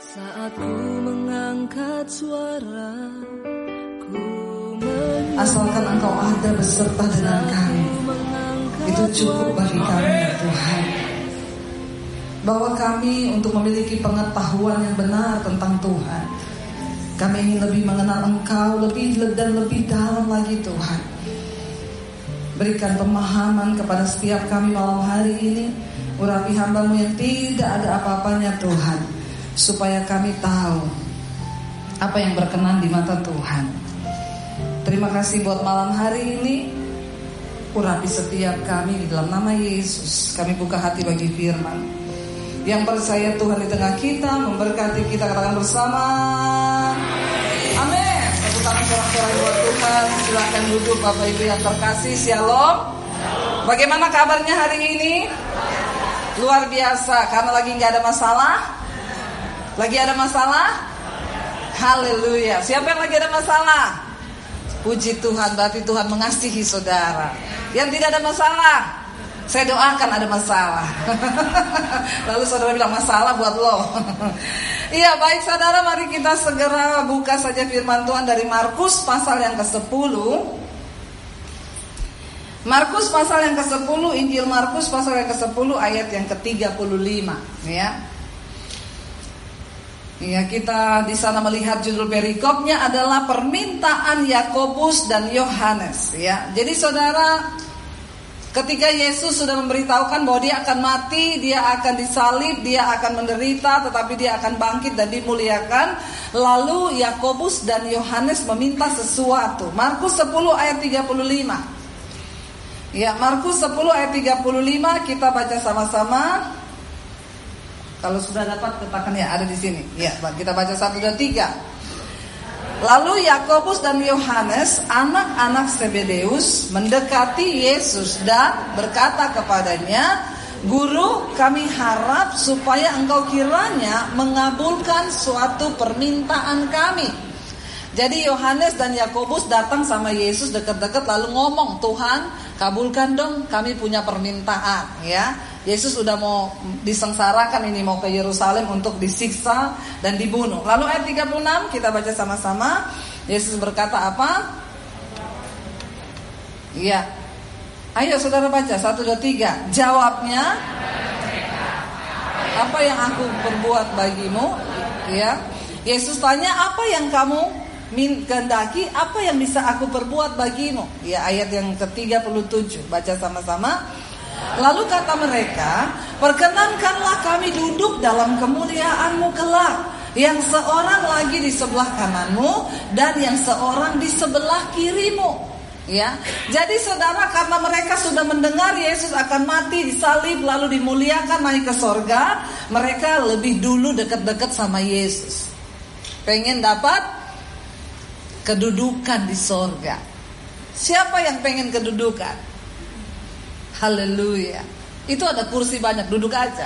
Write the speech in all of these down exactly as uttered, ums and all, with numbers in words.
Saat ku mengangkat suara, ku asalkan Engkau ada beserta dengan kami, itu cukup bagi kami ya Tuhan. Bahwa kami untuk memiliki pengetahuan yang benar tentang Tuhan, kami ingin lebih mengenal Engkau lebih dan lebih dalam lagi Tuhan. Berikan pemahaman kepada setiap kami malam hari ini. Urapi hamba-Mu yang tidak ada apa-apanya Tuhan, supaya kami tahu apa yang berkenan di mata Tuhan. Terima kasih buat malam hari ini. Urapi setiap kami di dalam nama Yesus. Kami buka hati bagi firman. Yang percaya Tuhan di tengah kita, memberkati kita, katakan bersama amin. Tepuk tangan sorak-sorai buat Tuhan. Silakan duduk Bapak Ibu yang terkasih. Shalom. Bagaimana kabarnya hari ini? Luar biasa. Karena lagi gak ada masalah. Lagi ada masalah? Haleluya. Siapa yang lagi ada masalah? Puji Tuhan, berarti Tuhan mengasihi saudara. Yang tidak ada masalah, saya doakan ada masalah. Lalu saudara bilang masalah buat lo. Iya, baik saudara, mari kita segera buka saja firman Tuhan dari Markus pasal yang kesepuluh. Markus pasal yang kesepuluh, Injil Markus pasal yang kesepuluh ayat yang ketiga puluh lima, ya. Ya, kita di sana melihat judul perikopnya adalah permintaan Yakobus dan Yohanes, ya. Jadi saudara, ketika Yesus sudah memberitahukan bahwa dia akan mati, dia akan disalib, dia akan menderita, tetapi dia akan bangkit dan dimuliakan. Lalu Yakobus dan Yohanes meminta sesuatu. Markus sepuluh ayat tiga puluh lima. Ya, Markus sepuluh ayat tiga puluh lima kita baca sama-sama. Kalau sudah dapat katakan ya, ada di sini. Ya, kita baca satu dua tiga. Lalu Yakobus dan Yohanes, anak-anak Zebedeus, mendekati Yesus dan berkata kepadanya, "Guru, kami harap supaya Engkau kiranya mengabulkan suatu permintaan kami." Jadi Yohanes dan Yakobus datang sama Yesus dekat-dekat lalu ngomong, "Tuhan, kabulkan dong, kami punya permintaan." Ya, Yesus sudah mau disengsarakan ini, mau ke Yerusalem untuk disiksa dan dibunuh. Lalu ayat tiga puluh enam kita baca sama-sama. Yesus berkata apa? Iya. Ayo saudara baca, satu, dua, tiga. Jawabnya, "Apa yang aku perbuat bagimu?" Ya. Yesus tanya, "Apa yang kamu kehendaki, apa yang bisa aku perbuat bagimu?" Ya, ayat yang ke tiga puluh tujuh. Baca sama-sama. Lalu kata mereka, "Perkenankanlah kami duduk dalam kemuliaan-Mu kelak, yang seorang lagi di sebelah kanan-Mu dan yang seorang di sebelah kiri-Mu." Ya, jadi saudara, karena mereka sudah mendengar Yesus akan mati, disalib, lalu dimuliakan naik ke sorga, mereka lebih dulu dekat-dekat sama Yesus. Pengen dapat kedudukan di sorga. Siapa yang pengen kedudukan? Haleluya. Itu ada kursi banyak, duduk aja.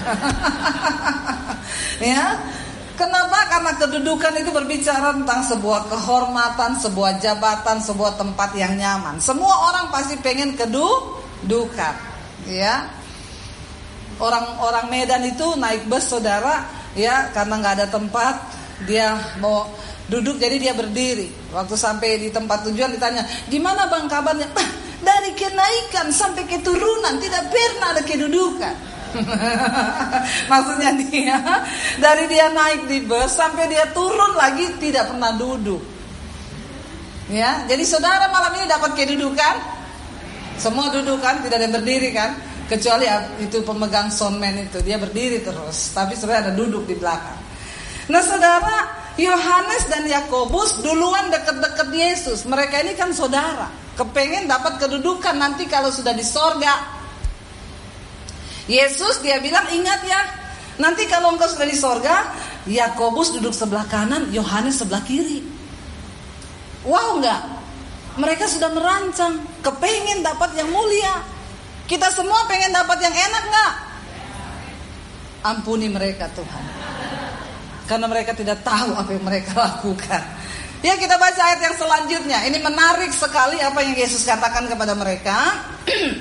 Ya. Kenapa? Karena kedudukan itu berbicara tentang sebuah kehormatan, sebuah jabatan, sebuah tempat yang nyaman. Semua orang pasti pengen kedudukan, ya. Orang-orang Medan itu naik bus saudara, ya, karena nggak ada tempat, dia mau duduk jadi dia berdiri. Waktu sampai di tempat tujuan ditanya, "Gimana bang kabarnya?" "Dari kenaikan sampai keturunan tidak pernah ada kedudukan." Maksudnya dia dari dia naik di bus sampai dia turun lagi tidak pernah duduk. Ya, jadi saudara malam ini dapat kedudukan. Semua duduk kan, tidak ada yang berdiri kan, kecuali itu pemegang soundman itu, dia berdiri terus. Tapi saudara ada duduk di belakang. Nah saudara, Yohanes dan Yakobus duluan dekat-dekat Yesus. Mereka ini kan saudara, kepengen dapat kedudukan nanti kalau sudah di sorga. Yesus dia bilang, "Ingat ya, nanti kalau engkau sudah di sorga, Yakobus duduk sebelah kanan, Yohanes sebelah kiri." Wow enggak? Mereka sudah merancang, kepengen dapat yang mulia. Kita semua pengen dapat yang enak enggak? Ampuni mereka Tuhan, karena mereka tidak tahu apa yang mereka lakukan. Ya, kita baca ayat yang selanjutnya. Ini menarik sekali apa yang Yesus katakan kepada mereka.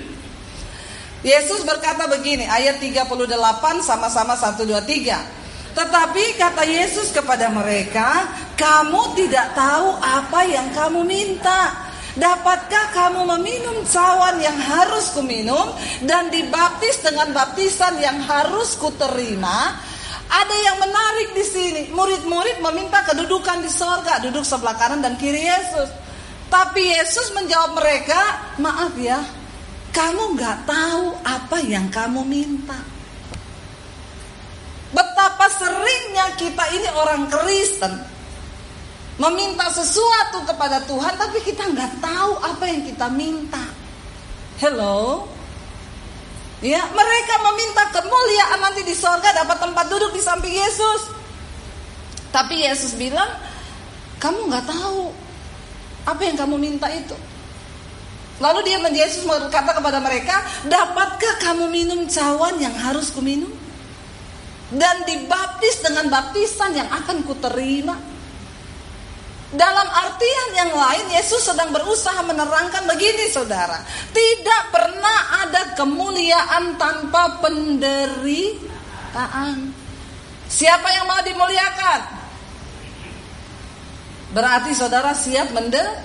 Yesus berkata begini, ayat tiga puluh delapan, sama-sama satu, dua, tiga. Tetapi kata Yesus kepada mereka, kamu tidak tahu apa yang kamu minta. Dapatkah kamu meminum cawan yang harus kuminum dan dibaptis dengan baptisan yang harus kuterima? Ada yang menarik di sini. Murid-murid meminta kedudukan di sorga, duduk sebelah kanan dan kiri Yesus. Tapi Yesus menjawab mereka, maaf ya, kamu gak tahu apa yang kamu minta. Betapa seringnya kita ini orang Kristen meminta sesuatu kepada Tuhan, tapi kita nggak tahu apa yang kita minta. Hello, ya, mereka meminta kemuliaan nanti di sorga, dapat tempat duduk di samping Yesus. Tapi Yesus bilang, kamu nggak tahu apa yang kamu minta itu. Lalu dia Yesus berkata kepada mereka, dapatkah kamu minum cawan yang harus kuminum dan dibaptis dengan baptisan yang akan kuterima? Dalam artian yang lain, Yesus sedang berusaha menerangkan begini saudara, tidak pernah ada kemuliaan tanpa penderitaan. Siapa yang mau dimuliakan? Berarti saudara siap menderita.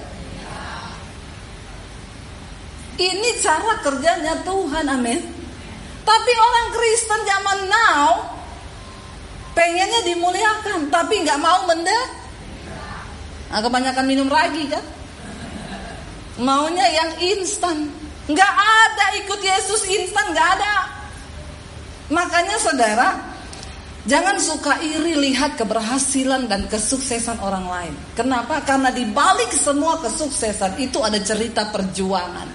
Ini cara kerjanya Tuhan, amin. Tapi orang Kristen zaman now pengennya dimuliakan, tapi gak mau menderita. Nah, kebanyakan minum ragi kan, maunya yang instan. Gak ada ikut Yesus instan, gak ada. Makanya saudara, jangan suka iri lihat keberhasilan dan kesuksesan orang lain. Kenapa? Karena di balik semua kesuksesan itu ada cerita perjuangan.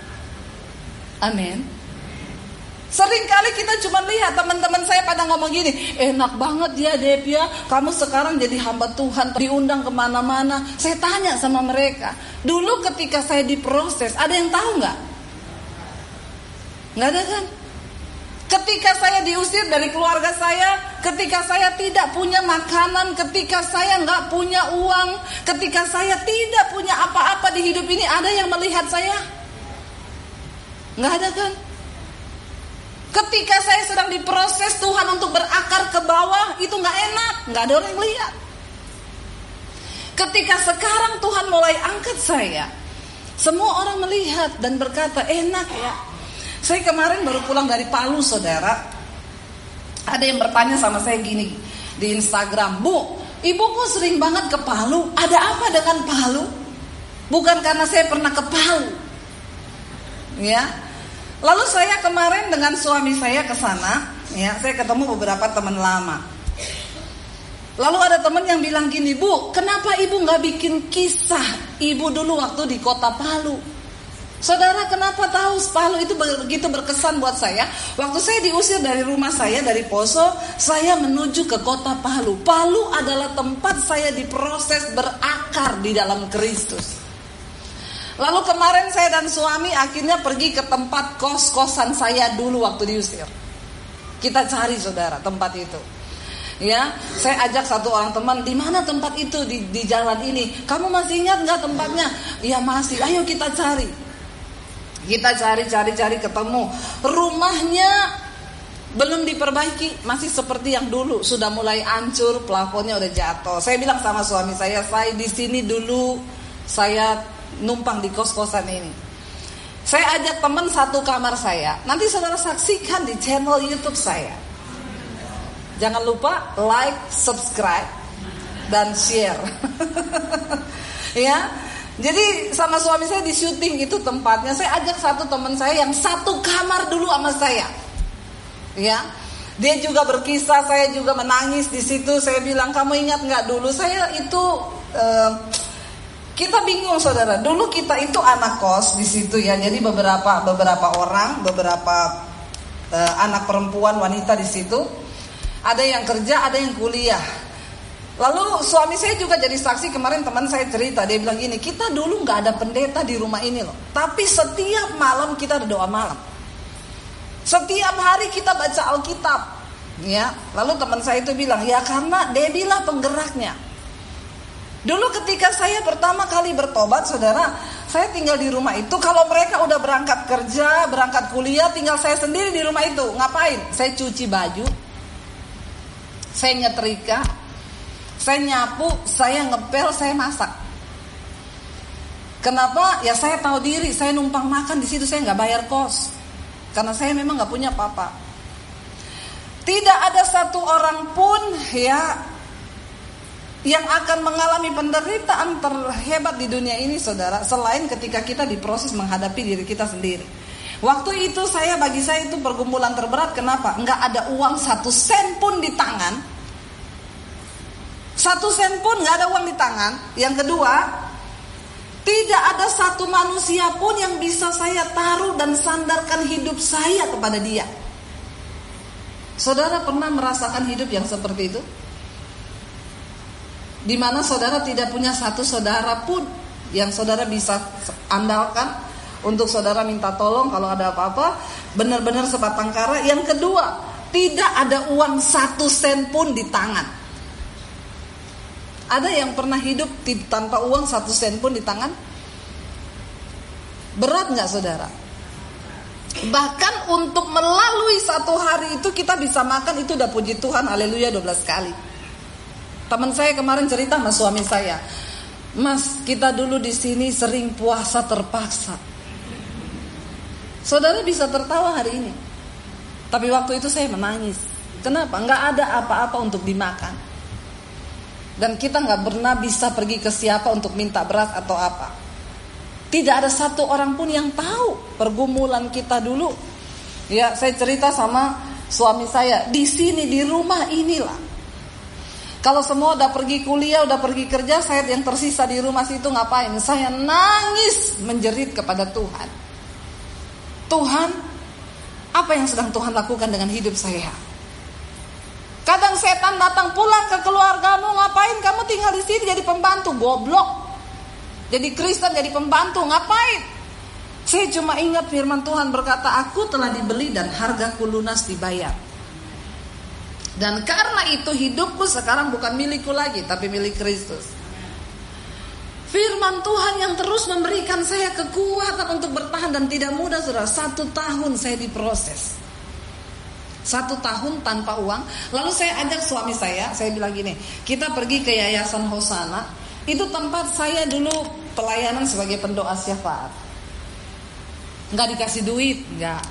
Amin. Seringkali kita cuma lihat teman-teman saya pada ngomong gini, enak banget ya Dep ya, kamu sekarang jadi hamba Tuhan, diundang kemana-mana. Saya tanya sama mereka, dulu ketika saya diproses, ada yang tahu nggak? Nggak ada kan? Ketika saya diusir dari keluarga saya, ketika saya tidak punya makanan, ketika saya nggak punya uang, ketika saya tidak punya apa-apa di hidup ini, ada yang melihat saya? Nggak ada kan? Ketika saya sedang diproses Tuhan untuk berakar ke bawah, itu gak enak, gak ada orang yang lihat. Ketika sekarang Tuhan mulai angkat saya, semua orang melihat dan berkata, enak ya. Saya kemarin baru pulang dari Palu saudara. Ada yang bertanya sama saya gini di Instagram, Bu, ibu kok sering banget ke Palu? Ada apa dengan Palu? Bukan karena saya pernah ke Palu, ya. Lalu saya kemarin dengan suami saya ke sana, ya, saya ketemu beberapa teman lama. Lalu ada teman yang bilang gini, Bu, kenapa ibu nggak bikin kisah ibu dulu waktu di kota Palu? Saudara, kenapa tahu Palu itu begitu berkesan buat saya? Waktu saya diusir dari rumah saya, dari Poso, saya menuju ke kota Palu. Palu adalah tempat saya diproses berakar di dalam Kristus. Lalu kemarin saya dan suami akhirnya pergi ke tempat kos-kosan saya dulu waktu diusir. Kita cari saudara tempat itu. Ya, saya ajak satu orang teman, di mana tempat itu di, di jalan ini? Kamu masih ingat nggak tempatnya? Iya masih. Ayo kita cari. Kita cari-cari-cari ketemu. Rumahnya belum diperbaiki, masih seperti yang dulu, sudah mulai hancur, plafonnya udah jatuh. Saya bilang sama suami saya, saya di sini dulu saya numpang di kos-kosan ini. Saya ajak teman satu kamar saya. Nanti saudara saksikan di channel YouTube saya. Jangan lupa like, subscribe, dan share. Ya. Jadi sama suami saya di syuting itu tempatnya. Saya ajak satu teman saya yang satu kamar dulu sama saya. Ya. Dia juga berkisah, saya juga menangis di situ. Saya bilang, kamu ingat nggak dulu saya itu uh, kita bingung saudara. Dulu kita itu anak kos di situ ya. Jadi beberapa beberapa orang, beberapa uh, anak perempuan, wanita di situ. Ada yang kerja, ada yang kuliah. Lalu suami saya juga jadi saksi. Kemarin teman saya cerita, dia bilang gini, kita dulu nggak ada pendeta di rumah ini loh. Tapi setiap malam kita ada doa malam. Setiap hari kita baca Alkitab. Ya. Lalu teman saya itu bilang, ya karena Debbie lah penggeraknya. Dulu ketika saya pertama kali bertobat saudara, saya tinggal di rumah itu. Kalau mereka udah berangkat kerja, berangkat kuliah, tinggal saya sendiri di rumah itu. Ngapain? Saya cuci baju, Saya nyetrika, saya nyapu, saya ngepel, saya masak. Kenapa? Ya saya tahu diri, saya numpang makan di situ, saya nggak bayar kos, karena saya memang nggak punya apa-apa. Tidak ada satu orang pun ya yang akan mengalami penderitaan terhebat di dunia ini, saudara, selain ketika kita diproses menghadapi diri kita sendiri. Waktu itu saya, bagi saya itu pergumulan terberat. Kenapa? Enggak ada uang satu sen pun di tangan. Satu sen pun enggak ada uang di tangan. Yang kedua, tidak ada satu manusia pun yang bisa saya taruh dan sandarkan hidup saya kepada dia. Saudara pernah merasakan hidup yang seperti itu? Di mana saudara tidak punya satu saudara pun yang saudara bisa andalkan untuk saudara minta tolong kalau ada apa-apa, benar-benar sebatang kara. Yang kedua, tidak ada uang satu sen pun di tangan. Ada yang pernah hidup tanpa uang satu sen pun di tangan? Berat gak, saudara? Bahkan untuk melalui satu hari itu kita bisa makan, itu udah puji Tuhan, haleluya, dua belas kali. Teman saya kemarin cerita sama suami saya, "Mas, kita dulu di sini sering puasa terpaksa." Saudara bisa tertawa hari ini, tapi waktu itu saya menangis. Kenapa? Nggak ada apa-apa untuk dimakan, dan kita nggak pernah bisa pergi ke siapa untuk minta beras atau apa. Tidak ada satu orang pun yang tahu pergumulan kita dulu. Ya, saya cerita sama suami saya, di sini di rumah inilah. Kalau semua udah pergi kuliah, udah pergi kerja, saya yang tersisa di rumah situ ngapain? Saya nangis menjerit kepada Tuhan. Tuhan, apa yang sedang Tuhan lakukan dengan hidup saya? Kadang setan datang, pulang ke keluargamu, ngapain kamu tinggal di sini jadi pembantu? Goblok. Jadi Kristen jadi pembantu, ngapain? Saya cuma ingat firman Tuhan berkata, aku telah dibeli dan hargaku lunas dibayar. Dan karena itu hidupku sekarang bukan milikku lagi, tapi milik Kristus. Firman Tuhan yang terus memberikan saya kekuatan untuk bertahan, dan tidak mudah, saudara. Satu tahun saya diproses, satu tahun tanpa uang. Lalu saya ajak suami saya, saya bilang gini, kita pergi ke Yayasan Hosana. Itu tempat saya dulu pelayanan sebagai pendoa syafaat. Nggak dikasih duit, nggak.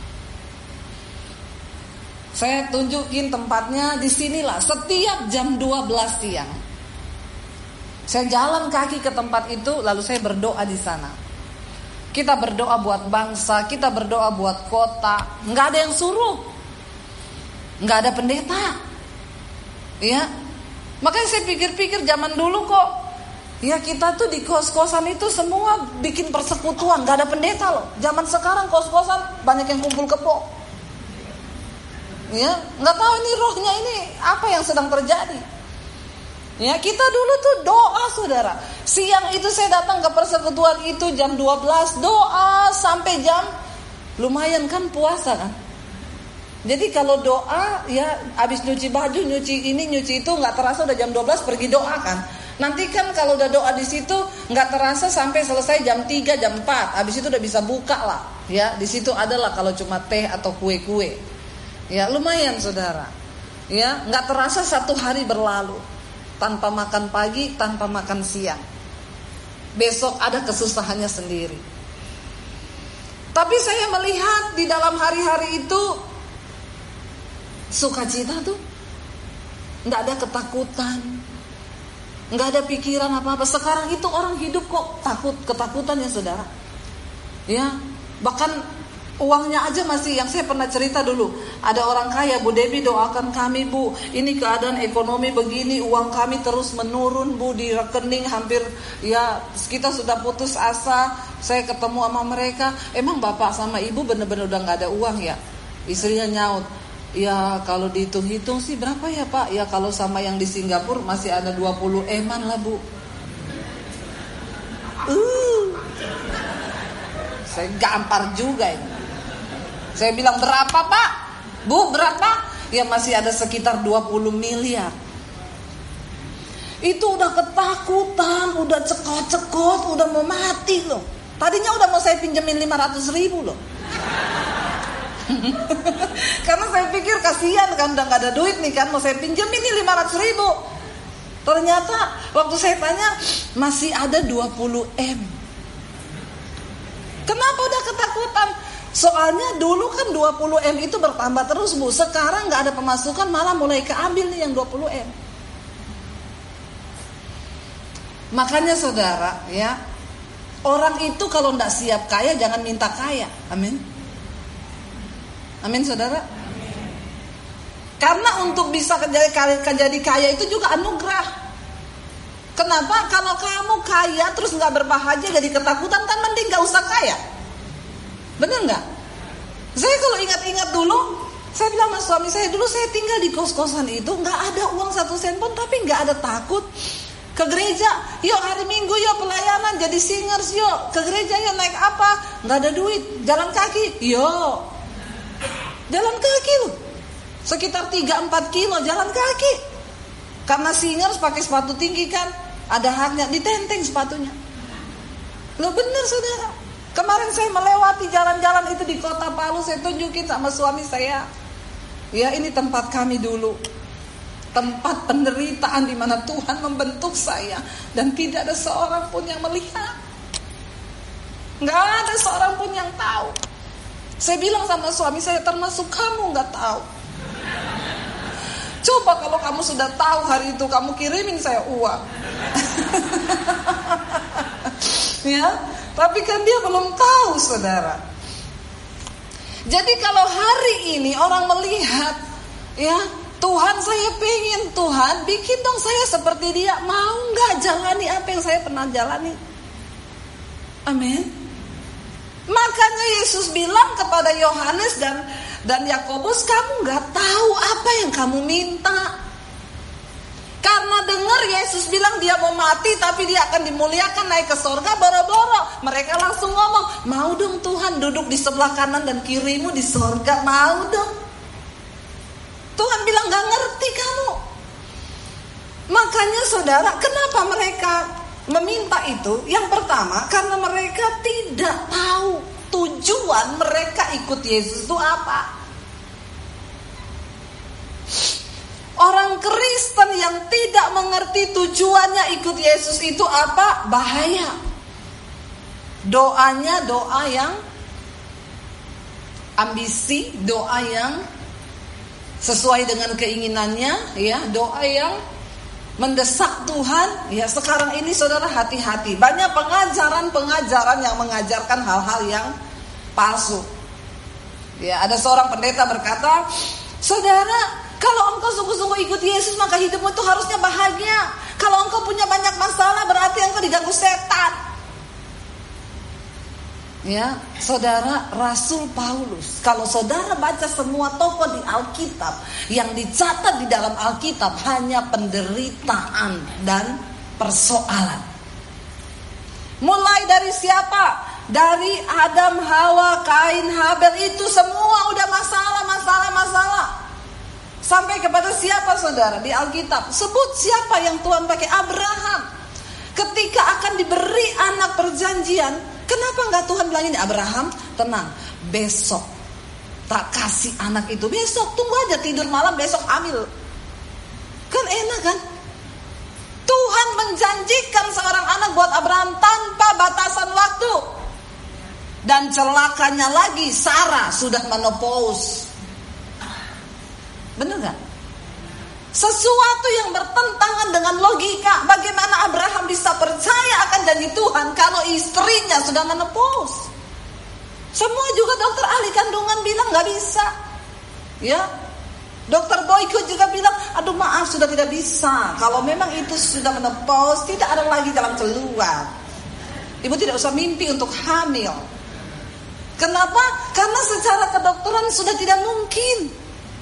Saya tunjukin tempatnya, disinilah setiap jam dua belas siang. Saya jalan kaki ke tempat itu, lalu saya berdoa di sana. Kita berdoa buat bangsa, kita berdoa buat kota. Nggak ada yang suruh, nggak ada pendeta. Ya, makanya saya pikir-pikir zaman dulu kok, ya kita tuh di kos-kosan itu semua bikin persekutuan, nggak ada pendeta loh. Zaman sekarang kos-kosan banyak yang kumpul kebo. Ya, nggak tahu ini rohnya ini apa yang sedang terjadi. Ya, kita dulu tuh doa, saudara. Siang itu saya datang ke persekutuan itu jam dua belas, doa sampai jam, lumayan kan puasa kan. Jadi kalau doa ya habis nyuci baju, nyuci ini, nyuci itu, nggak terasa udah jam dua belas pergi doa kan. Nanti kan kalau udah doa di situ nggak terasa sampai selesai jam tiga, jam empat. Habis itu udah bisa buka lah. Ya, di situ adalah kalau cuma teh atau kue-kue. Ya, lumayan, saudara. Ya, nggak terasa satu hari berlalu tanpa makan pagi, tanpa makan siang. Besok ada kesusahannya sendiri. Tapi saya melihat di dalam hari-hari itu sukacita tuh, nggak ada ketakutan, nggak ada pikiran apa-apa. Sekarang itu orang hidup kok takut, ketakutan ya, saudara. Ya, bahkan uangnya aja masih, yang saya pernah cerita dulu, ada orang kaya, Bu Debbie doakan kami Bu, ini keadaan ekonomi begini, uang kami terus menurun Bu di rekening, hampir ya kita sudah putus asa. Saya ketemu sama mereka, emang bapak sama ibu bener-bener udah gak ada uang ya? Istrinya nyaut, ya kalau dihitung-hitung sih berapa ya Pak? Ya kalau sama yang di Singapura masih ada dua puluh eman lah Bu. uh, Saya gampar juga ini. Saya bilang, berapa Pak? Bu, berapa? Ya masih ada sekitar dua puluh miliar. Itu udah ketakutan, udah cekot-cekot, udah mau mati loh. Tadinya udah mau saya pinjemin lima ratus ribu loh. Karena saya pikir kasihan kan, udah gak ada duit nih kan, mau saya pinjam ini lima ratus ribu. Ternyata waktu saya tanya masih ada dua puluh M. Kenapa udah ketakutan? Soalnya dulu kan dua puluh M itu bertambah terus Bu. Sekarang gak ada pemasukan, malah mulai keambil nih yang dua puluh M. Makanya saudara ya, orang itu kalau gak siap kaya jangan minta kaya. Amin. Amin saudara. Karena untuk bisa menjadi kaya, menjadi kaya itu juga anugerah. Kenapa? Kalau kamu kaya terus gak berbahagia jadi ketakutan, kan mending gak usah kaya. Bener gak? Saya kalau ingat-ingat dulu, saya bilang sama suami saya, dulu saya tinggal di kos-kosan itu gak ada uang satu sen pun, tapi gak ada takut. Ke gereja, yuk hari Minggu yuk pelayanan jadi singers, yuk ke gereja yuk naik apa, gak ada duit, jalan kaki, yuk jalan kaki loh, sekitar tiga sampai empat kilo jalan kaki. Karena singers pakai sepatu tinggi kan, ada haknya, ditenteng sepatunya. Loh bener saudara. Kemarin saya melewati jalan-jalan itu di kota Palu, saya tunjukin sama suami saya. Ya ini tempat kami dulu, tempat penderitaan di mana Tuhan membentuk saya, dan tidak ada seorang pun yang melihat, nggak ada seorang pun yang tahu. Saya bilang sama suami saya, termasuk kamu nggak tahu. Coba kalau kamu sudah tahu hari itu, kamu kirimin saya uang. Ya, tapi kan dia belum tahu saudara. Jadi kalau hari ini orang melihat, ya Tuhan saya pengen, Tuhan bikin dong saya seperti dia, mau nggak jalani apa yang saya pernah jalani? Amin. Makanya Yesus bilang kepada Yohanes dan dan Yakobus, kamu nggak tahu apa yang kamu minta. Karena dengar Yesus bilang dia mau mati tapi dia akan dimuliakan naik ke sorga, boro-boro mereka langsung ngomong, mau dong Tuhan duduk di sebelah kanan dan kirimu di sorga, mau dong. Tuhan bilang gak ngerti kamu. Makanya saudara, kenapa mereka meminta itu? Yang pertama, karena mereka tidak tahu tujuan mereka ikut Yesus itu apa. Orang Kristen yang tidak mengerti tujuannya ikut Yesus itu apa? Bahaya. Doanya doa yang ambisi, doa yang sesuai dengan keinginannya, ya, doa yang mendesak Tuhan. Ya, sekarang ini saudara hati-hati, banyak pengajaran-pengajaran yang mengajarkan hal-hal yang palsu. Ya, ada seorang pendeta berkata, saudara, kalau engkau sungguh-sungguh ikut Yesus maka hidupmu itu harusnya bahagia. Kalau engkau punya banyak masalah berarti engkau diganggu setan. Ya, saudara, Rasul Paulus, kalau saudara baca semua tokoh di Alkitab, yang dicatat di dalam Alkitab hanya penderitaan dan persoalan. Mulai dari siapa? Dari Adam, Hawa, Kain, Habel, itu semua udah masalah, masalah, masalah. Sampai kepada siapa saudara di Alkitab? Sebut siapa yang Tuhan pakai? Abraham. Ketika akan diberi anak perjanjian, kenapa enggak Tuhan bilang ini, Abraham tenang, besok tak kasih anak itu, besok tunggu aja, tidur malam besok hamil. Kan enak kan? Tuhan menjanjikan seorang anak buat Abraham tanpa batasan waktu. Dan celakanya lagi, Sarah sudah menopause. Benar gak? Sesuatu yang bertentangan dengan logika. Bagaimana Abraham bisa percaya akan janji Tuhan kalau istrinya sudah menopause? Semua juga dokter ahli kandungan bilang gak bisa. Ya, Dokter Boyko juga bilang, aduh maaf sudah tidak bisa. Kalau memang itu sudah menopause, tidak ada lagi dalam keluar. Ibu tidak usah mimpi untuk hamil. Kenapa? Karena secara kedokteran sudah tidak mungkin.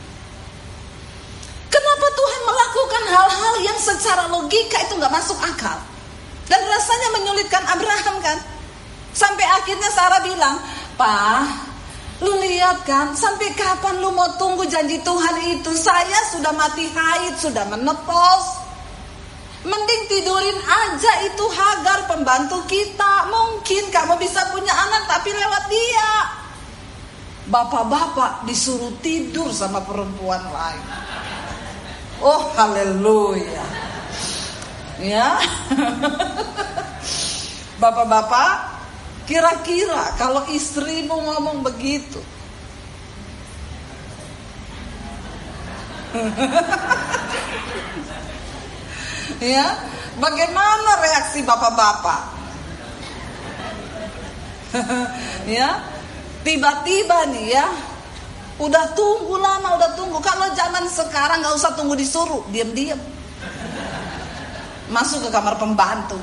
Kenapa Tuhan melakukan hal-hal yang secara logika itu gak masuk akal? Dan rasanya menyulitkan Abraham kan? Sampai akhirnya Sarah bilang, Pak, lu lihat kan, sampai kapan lu mau tunggu janji Tuhan itu? Saya sudah mati haid, sudah menopause. Mending tidurin aja itu Hagar, pembantu kita. Mungkin kamu bisa punya anak tapi lewat dia. bapak-bapak disuruh tidur sama perempuan lain. Oh, haleluya. Ya. Bapak-bapak, kira-kira kalau istrimu ngomong begitu, ya, bagaimana reaksi bapak-bapak? Ya, tiba-tiba nih ya, udah tunggu lama, udah tunggu. Kalau zaman sekarang nggak usah tunggu disuruh, diam-diam masuk ke kamar pembantu.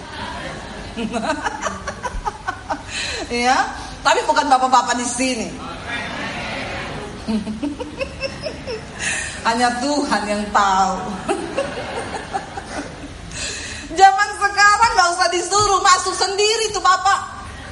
Ya, tapi bukan bapak-bapak di sini. Hanya Tuhan yang tahu. Zaman sekarang nggak usah disuruh, masuk sendiri tuh bapak.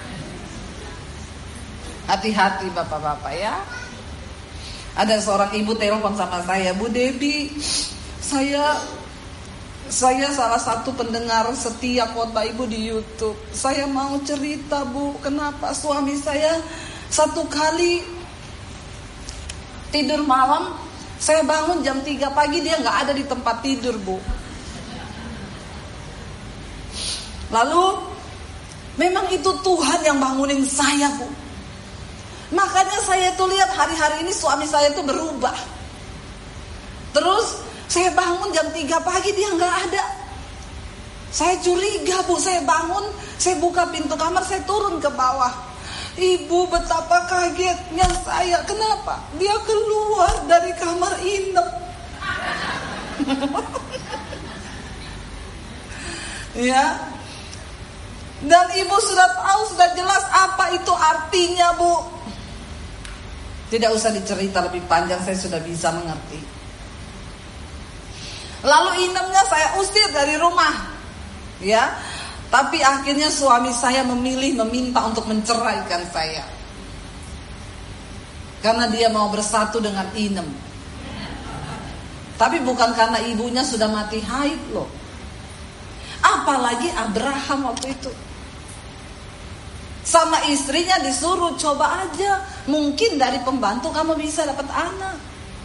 Hati-hati bapak-bapak ya. Ada seorang ibu telepon sama saya, Bu Debbie, saya saya salah satu pendengar setia khotbah ibu di YouTube. Saya mau cerita Bu, kenapa suami saya satu kali tidur malam, saya bangun jam tiga pagi dia nggak ada di tempat tidur Bu. Lalu memang itu Tuhan yang bangunin saya Bu. Makanya saya tuh lihat hari-hari ini suami saya tuh berubah. Terus saya bangun jam tiga pagi dia nggak ada. Saya curiga Bu, saya bangun, saya buka pintu kamar, saya turun ke bawah. Ibu, betapa kagetnya saya. Kenapa? Dia keluar dari kamar inap. Ya. Dan ibu sudah tahu, sudah jelas apa itu artinya Bu. Tidak usah dicerita lebih panjang, saya sudah bisa mengerti. Lalu inapnya saya usir dari rumah. Ya. Tapi akhirnya suami saya memilih meminta untuk menceraikan saya. Karena dia mau bersatu dengan inem. Tapi bukan karena ibunya sudah mati haid loh. Apalagi Abraham waktu itu. Sama istrinya disuruh, coba aja, mungkin dari pembantu kamu bisa dapat anak.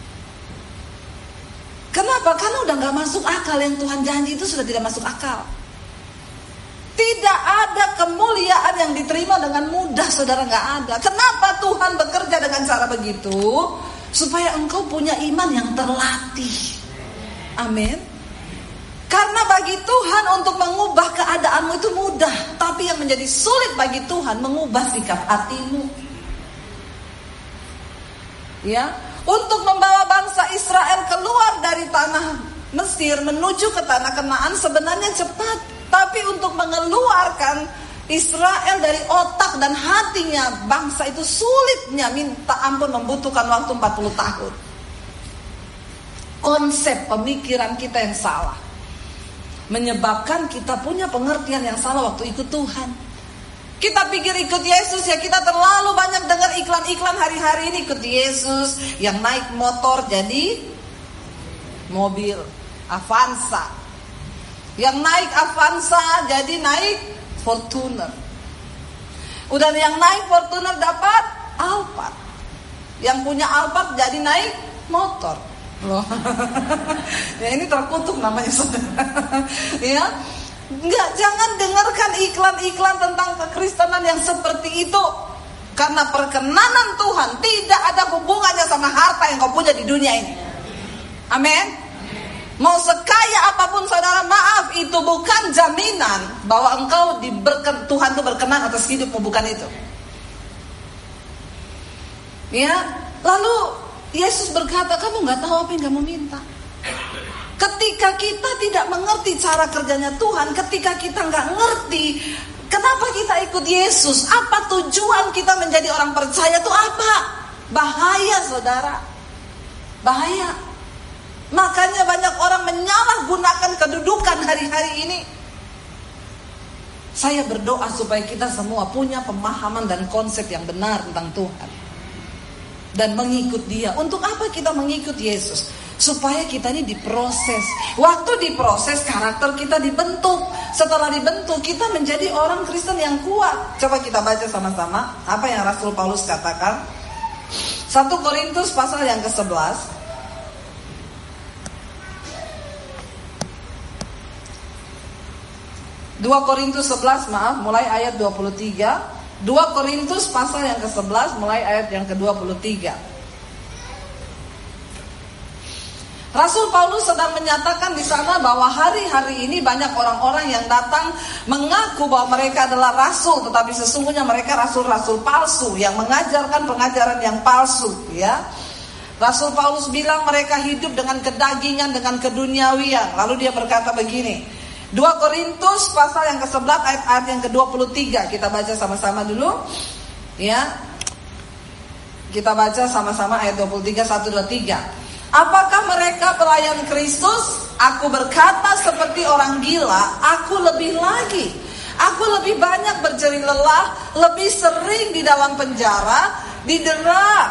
Kenapa? Karena udah gak masuk akal. Yang Tuhan janji itu sudah tidak masuk akal. Tidak ada kemuliaan yang diterima dengan mudah, saudara, gak ada. Kenapa Tuhan bekerja dengan cara begitu? Supaya engkau punya iman yang terlatih. Amin. Karena bagi Tuhan untuk mengubah keadaanmu itu mudah. Tapi yang menjadi sulit bagi Tuhan mengubah sikap hatimu. Ya, untuk membawa bangsa Israel keluar dari tanah Mesir menuju ke tanah Kanaan sebenarnya cepat. Tapi untuk mengeluarkan Israel dari otak dan hatinya bangsa itu sulitnya minta ampun, membutuhkan waktu empat puluh tahun. Konsep pemikiran kita yang salah menyebabkan kita punya pengertian yang salah waktu ikut Tuhan. Kita pikir ikut Yesus ya, kita terlalu banyak dengar iklan-iklan hari-hari ini ikut Yesus. Yang naik motor jadi mobil Avanza. Yang naik Avanza jadi naik Fortuner. Udah yang naik Fortuner dapat Alphard. Yang punya Alphard jadi naik motor. Loh. Ya ini terkutuk namanya saudara. Ya, enggak, jangan dengarkan iklan-iklan tentang kekristenan yang seperti itu. Karena perkenanan Tuhan tidak ada hubungannya sama harta yang kau punya di dunia ini. Amin. Mau sekaya apapun saudara, maaf, itu bukan jaminan bahwa engkau diberken, Tuhan itu berkenan atas hidupmu, bukan itu. Ya, lalu Yesus berkata, kamu gak tahu apa yang kamu minta. Ketika kita tidak mengerti cara kerjanya Tuhan, ketika kita gak ngerti kenapa kita ikut Yesus, apa tujuan kita menjadi orang percaya itu apa? Bahaya saudara, bahaya. Makanya banyak orang menyalahgunakan kedudukan hari-hari ini. Saya berdoa supaya kita semua punya pemahaman dan konsep yang benar tentang Tuhan dan mengikut Dia. Untuk apa kita mengikut Yesus? Supaya kita ini diproses. Waktu diproses, karakter kita dibentuk. Setelah dibentuk, kita menjadi orang Kristen yang kuat. Coba kita baca sama-sama apa yang Rasul Paulus katakan. satu Korintus pasal yang kesebelas. dua Korintus sebelas, maaf, mulai ayat dua puluh tiga. dua Korintus pasal yang kesebelas mulai ayat yang ke dua puluh tiga. Rasul Paulus sedang menyatakan di sana bahwa hari-hari ini banyak orang-orang yang datang mengaku bahwa mereka adalah rasul, tetapi sesungguhnya mereka rasul-rasul palsu yang mengajarkan pengajaran yang palsu, ya. Rasul Paulus bilang mereka hidup dengan kedagingan, dengan keduniawian. Lalu dia berkata begini, dua Korintus pasal yang kesebelas ayat-ayat yang ke dua puluh tiga. Kita baca sama-sama dulu, ya. Kita baca sama-sama ayat dua puluh tiga, satu, dua, tiga. Apakah mereka pelayan Kristus? Aku berkata seperti orang gila, aku lebih lagi. Aku lebih banyak berjerih lelah, lebih sering di dalam penjara, didera,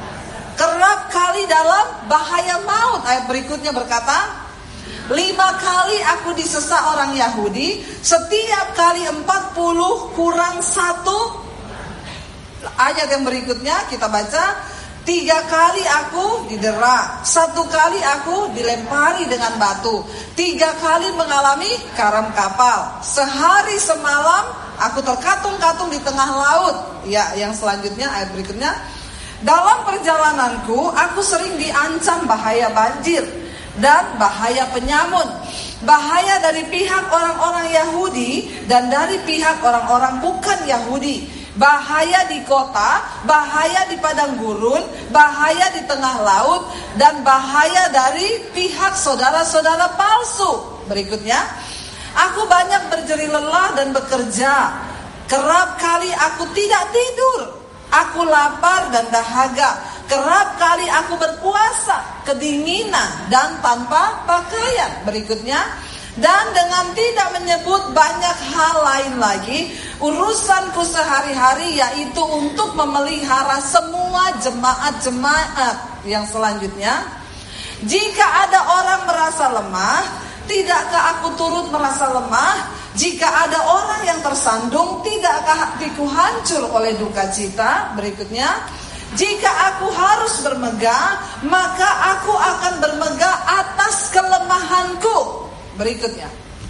kerap kali dalam bahaya maut. Ayat berikutnya berkata, lima kali aku disesa orang Yahudi, setiap kali empat puluh kurang satu. Ayat yang berikutnya kita baca, tiga kali aku didera, satu kali aku dilempari dengan batu, tiga kali mengalami karam kapal, sehari semalam aku terkatung-katung di tengah laut. Ya, yang selanjutnya ayat berikutnya, dalam perjalananku aku sering diancam bahaya banjir dan bahaya penyamun, bahaya dari pihak orang-orang Yahudi dan dari pihak orang-orang bukan Yahudi, bahaya di kota, bahaya di padang gurun, bahaya di tengah laut, dan bahaya dari pihak saudara-saudara palsu. Berikutnya, aku banyak berjerih lelah dan bekerja, kerap kali aku tidak tidur, aku lapar dan dahaga, kerap kali aku berpuasa, kedinginan dan tanpa pakaian. Berikutnya, dan dengan tidak menyebut banyak hal lain lagi, urusanku sehari-hari yaitu untuk memelihara semua jemaat-jemaat. Yang selanjutnya, jika ada orang merasa lemah, tidakkah aku turut merasa lemah? Jika ada orang yang tersandung, tidakkah hatiku hancur oleh duka cita? Berikutnya, jika aku harus bermegah, maka aku akan bermegah atas kelemahanku. Berikutnya,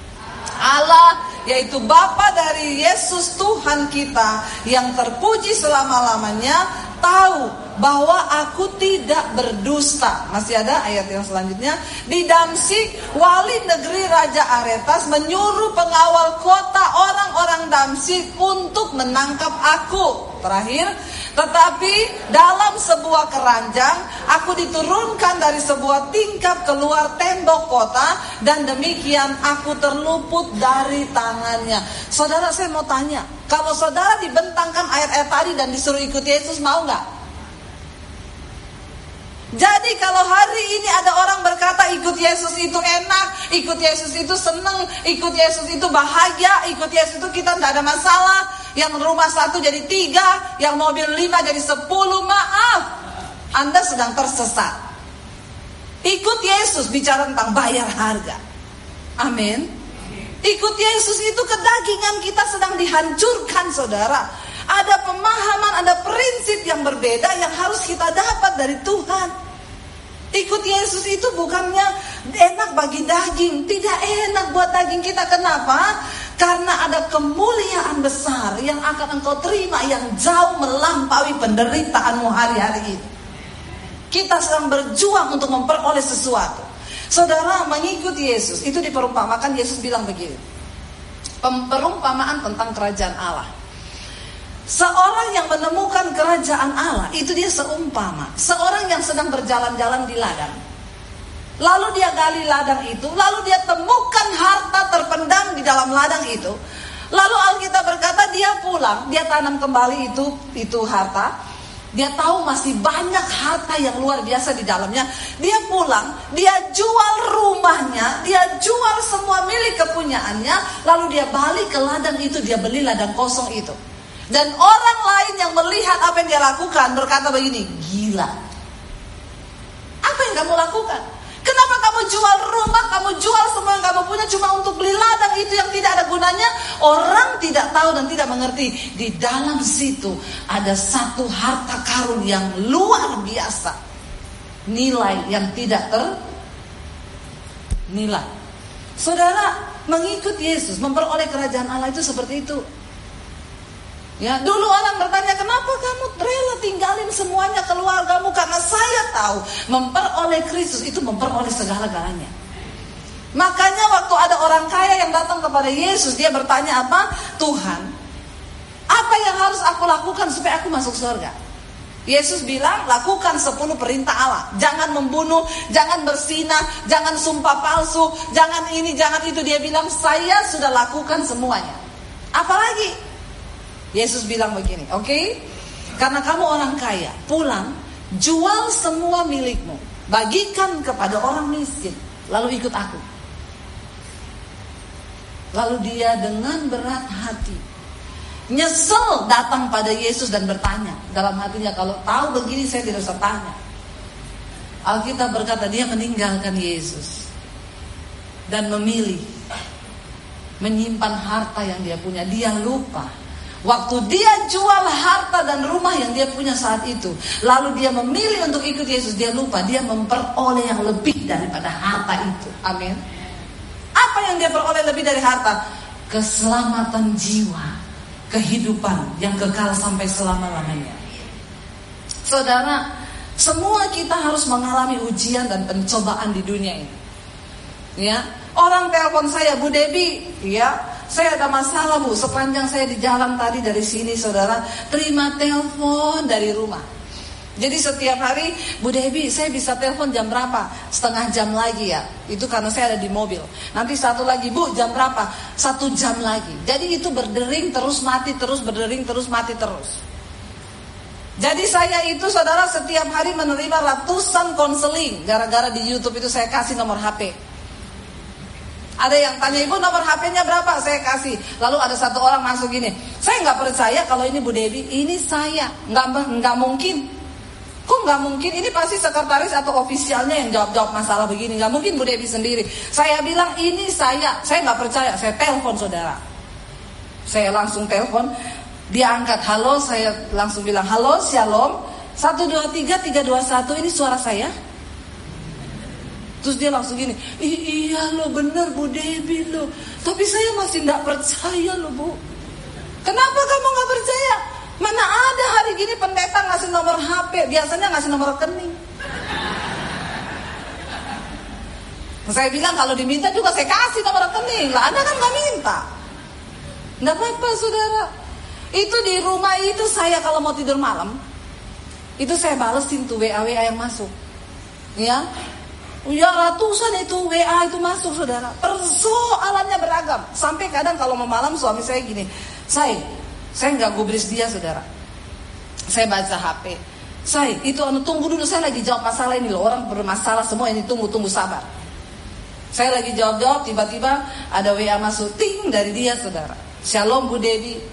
Allah yaitu Bapa dari Yesus Tuhan kita yang terpuji selama-lamanya tahu bahwa aku tidak berdusta. Masih ada ayat yang selanjutnya. Di Damsik, wali negeri Raja Aretas menyuruh pengawal kota orang-orang Damsik untuk menangkap aku. Terakhir, tetapi dalam sebuah keranjang aku diturunkan dari sebuah tingkap keluar tembok kota, dan demikian aku terluput dari tangannya. Saudara, saya mau tanya, kalau saudara dibentangkan ayat-ayat tadi dan disuruh ikut Yesus, mau gak? Jadi kalau hari ini ada orang berkata ikut Yesus itu enak, ikut Yesus itu seneng, ikut Yesus itu bahagia, ikut Yesus itu kita tidak ada masalah, yang rumah satu jadi tiga, yang mobil lima jadi sepuluh, maaf, Anda sedang tersesat. Ikut Yesus bicara tentang bayar harga. Amin. Ikut Yesus itu kedagingan kita sedang dihancurkan, saudara. Ada pemahaman, ada prinsip yang berbeda yang harus kita dapat dari Tuhan. Ikut Yesus itu bukannya enak bagi daging, tidak enak buat daging kita. Kenapa? Karena ada kemuliaan besar yang akan engkau terima yang jauh melampaui penderitaanmu hari-hari ini. Kita sedang berjuang untuk memperoleh sesuatu. Saudara, mengikuti Yesus itu diperumpamakan, Yesus bilang begini, perumpamaan tentang kerajaan Allah. Seorang yang menemukan kerajaan Allah itu dia seumpama seorang yang sedang berjalan-jalan di ladang. Lalu dia gali ladang itu, lalu dia temukan harta terpendam di dalam ladang itu. Lalu Alkitab berkata dia pulang, dia tanam kembali itu itu harta. Dia tahu masih banyak harta yang luar biasa di dalamnya. Dia pulang, dia jual rumahnya, dia jual semua milik kepunyaannya, lalu dia balik ke ladang itu, dia beli ladang kosong itu. Dan orang lain yang melihat apa yang dia lakukan berkata begini, gila. Apa yang kamu lakukan? Kenapa kamu jual rumah, kamu jual semua yang kamu punya cuma untuk beli ladang itu yang tidak ada gunanya? Orang tidak tahu dan tidak mengerti. Di dalam situ ada satu harta karun yang luar biasa. Nilai yang tidak ternilai. Saudara, mengikut Yesus, memperoleh kerajaan Allah itu seperti itu. Ya, dulu orang bertanya, kenapa kamu rela tinggalin semuanya keluargamu? Karena saya tahu memperoleh Kristus itu memperoleh segala-galanya. Makanya waktu ada orang kaya yang datang kepada Yesus, dia bertanya apa? Tuhan, apa yang harus aku lakukan supaya aku masuk surga? Yesus bilang, lakukan sepuluh perintah Allah. Jangan membunuh, jangan berzinah, jangan sumpah palsu, jangan ini, jangan itu. Dia bilang, saya sudah lakukan semuanya. Apalagi? Yesus bilang begini, oke? Okay? Karena kamu orang kaya, pulang, jual semua milikmu, bagikan kepada orang miskin, lalu ikut aku. Lalu dia dengan berat hati, nyesel datang pada Yesus dan bertanya dalam hatinya, kalau tahu begini saya tidak usah tanya. Alkitab berkata dia meninggalkan Yesus dan memilih menyimpan harta yang dia punya. Dia lupa waktu dia jual harta dan rumah yang dia punya saat itu, lalu dia memilih untuk ikut Yesus, dia lupa dia memperoleh yang lebih daripada harta itu. Amin. Apa yang dia peroleh lebih dari harta? Keselamatan jiwa, kehidupan yang kekal sampai selama-lamanya. Saudara, semua kita harus mengalami ujian dan pencobaan di dunia ini. Ya, orang telepon saya, Bu Debbie, ya, saya ada masalah Bu, sepanjang saya di jalan tadi dari sini, saudara, terima telepon dari rumah. Jadi setiap hari, Bu Debbie, saya bisa telepon jam berapa? Setengah jam lagi ya. Itu karena saya ada di mobil. Nanti satu lagi, Bu, jam berapa? Satu jam lagi. Jadi itu berdering terus mati terus, berdering terus mati terus. Jadi saya itu, saudara, setiap hari menerima ratusan konseling. Gara-gara di YouTube itu saya kasih nomor H P. Ada yang tanya, Ibu nomor H P-nya berapa? Saya kasih. Lalu ada satu orang masuk gini, saya nggak percaya kalau ini Bu Debbie, ini saya. Nggak nggak mungkin. Kok nggak mungkin? Ini pasti sekretaris atau ofisialnya yang jawab-jawab masalah begini. Nggak mungkin Bu Debbie sendiri. Saya bilang ini saya. Saya nggak percaya. Saya telepon saudara. Saya langsung telepon. Dia angkat. Halo. Saya langsung bilang halo. Shalom. Satu dua tiga tiga dua satu. Ini suara saya. Terus dia langsung gini. Iya loh, bener Bu Debbie loh. Tapi saya masih nggak percaya loh Bu. Kenapa kamu nggak percaya? Mana ada hari gini pendeta ngasih nomor H P, biasanya ngasih nomor rekening. Saya bilang kalau diminta juga saya kasih nomor rekening. Lah Anda kan nggak minta. Nggak apa-apa saudara. Itu di rumah itu saya kalau mau tidur malam, itu saya balesin tuh W A W A yang masuk. Ya, ya ratusan itu W A itu masuk saudara. Persoalannya beragam. Sampai kadang kalau mau malam suami saya gini, saya Saya nggak gubris dia saudara. Saya baca H P. Saya itu anu tunggu dulu, saya lagi jawab masalah ini loh. Orang bermasalah semua ini, tunggu-tunggu sabar. Saya lagi jawab-jawab, tiba-tiba ada W A masuk, ting dari dia saudara. Shalom Bu Debbie.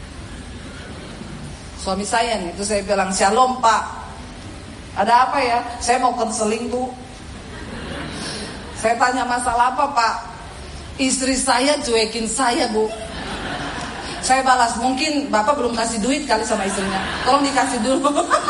Suami saya nih, itu saya bilang shalom Pak. Ada apa ya? Saya mau konseling Bu. Saya tanya masalah apa Pak? Istri saya cuekin saya Bu. Saya balas, mungkin Bapak belum kasih duit kali sama istrinya. Tolong dikasih dulu.